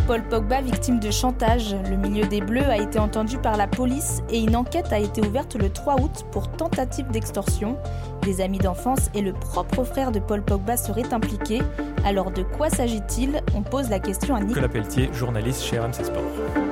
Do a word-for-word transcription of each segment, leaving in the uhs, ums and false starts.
Paul Pogba victime de chantage. Le milieu des Bleus a été entendu par la police et une enquête a été ouverte le trois août pour tentative d'extorsion. Des amis d'enfance et le propre frère de Paul Pogba seraient impliqués. Alors de quoi s'agit-il ? On pose la question à Nicolas Pelletier, journaliste chez R M C Sport.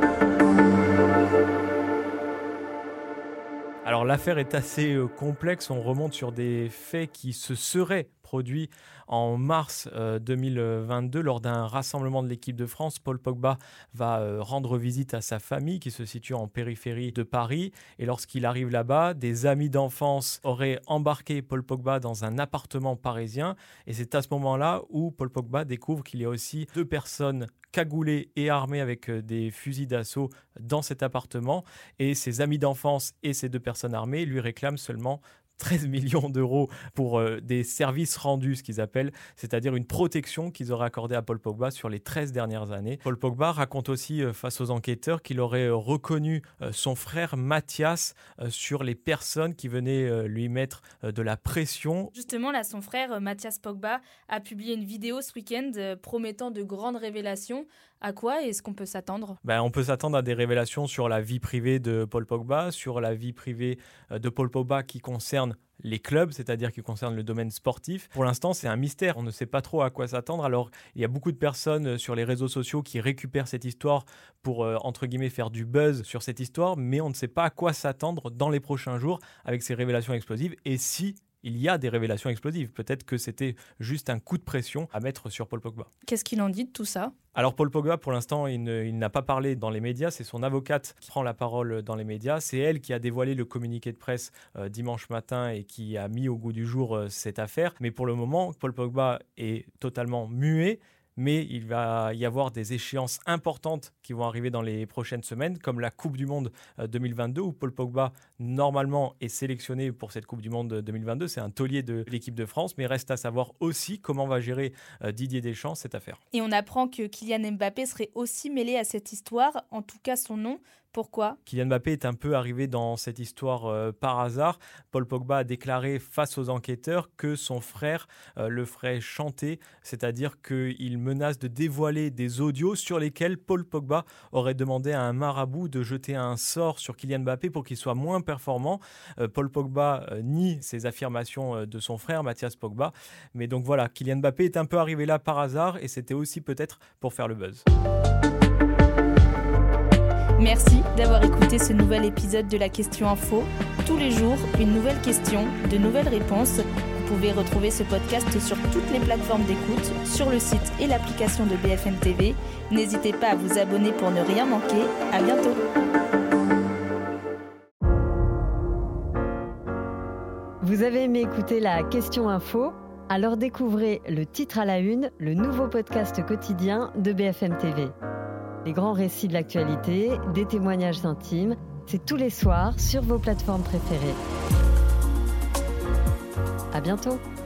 Alors l'affaire est assez euh, complexe, on remonte sur des faits qui se seraient produits en mars euh, deux mille vingt-deux lors d'un rassemblement de l'équipe de France. Paul Pogba va euh, rendre visite à sa famille qui se situe en périphérie de Paris et lorsqu'il arrive là-bas, des amis d'enfance auraient embarqué Paul Pogba dans un appartement parisien et c'est à ce moment-là où Paul Pogba découvre qu'il y a aussi deux personnes cagoulés et armés avec des fusils d'assaut dans cet appartement et ses amis d'enfance et ces deux personnes armées lui réclament seulement treize millions d'euros pour euh, des services rendus, ce qu'ils appellent, c'est-à-dire une protection qu'ils auraient accordée à Paul Pogba sur les treize dernières années. Paul Pogba raconte aussi euh, face aux enquêteurs qu'il aurait euh, reconnu euh, son frère Mathias euh, sur les personnes qui venaient euh, lui mettre euh, de la pression. Justement, là, son frère euh, Mathias Pogba a publié une vidéo ce week-end euh, promettant de grandes révélations. À quoi est-ce qu'on peut s'attendre ? Ben, on peut s'attendre à des révélations sur la vie privée de Paul Pogba, sur la vie privée de Paul Pogba qui concerne les clubs, c'est-à-dire qui concerne le domaine sportif. Pour l'instant, c'est un mystère, on ne sait pas trop à quoi s'attendre. Alors, il y a beaucoup de personnes sur les réseaux sociaux qui récupèrent cette histoire pour, euh, entre guillemets, faire du buzz sur cette histoire, mais on ne sait pas à quoi s'attendre dans les prochains jours avec ces révélations explosives. Et si il y a des révélations explosives, peut-être que c'était juste un coup de pression à mettre sur Paul Pogba. Qu'est-ce qu'il en dit de tout ça ? Alors Paul Pogba, pour l'instant, il, ne, il n'a pas parlé dans les médias. C'est son avocate qui prend la parole dans les médias. C'est elle qui a dévoilé le communiqué de presse euh, dimanche matin et qui a mis au goût du jour euh, cette affaire. Mais pour le moment, Paul Pogba est totalement muet. Mais il va y avoir des échéances importantes qui vont arriver dans les prochaines semaines, comme la Coupe du Monde deux mille vingt-deux, où Paul Pogba, normalement, est sélectionné pour cette Coupe du Monde deux mille vingt-deux. C'est un taulier de l'équipe de France, mais reste à savoir aussi comment va gérer Didier Deschamps cette affaire. Et on apprend que Kylian Mbappé serait aussi mêlé à cette histoire, en tout cas son nom. Pourquoi ? Kylian Mbappé est un peu arrivé dans cette histoire euh, par hasard. Paul Pogba a déclaré face aux enquêteurs que son frère euh, le ferait chanter, c'est-à-dire qu'il menace de dévoiler des audios sur lesquels Paul Pogba aurait demandé à un marabout de jeter un sort sur Kylian Mbappé pour qu'il soit moins performant. Euh, Paul Pogba euh, nie ces affirmations euh, de son frère Mathias Pogba. Mais donc voilà, Kylian Mbappé est un peu arrivé là par hasard et c'était aussi peut-être pour faire le buzz. Merci d'avoir écouté ce nouvel épisode de la Question Info. Tous les jours, une nouvelle question, de nouvelles réponses. Vous pouvez retrouver ce podcast sur toutes les plateformes d'écoute, sur le site et l'application de B F M T V. N'hésitez pas à vous abonner pour ne rien manquer. À bientôt. Vous avez aimé écouter la Question Info ? Alors découvrez le titre à la une, le nouveau podcast quotidien de B F M T V. Les grands récits de l'actualité, des témoignages intimes, c'est tous les soirs sur vos plateformes préférées. À bientôt.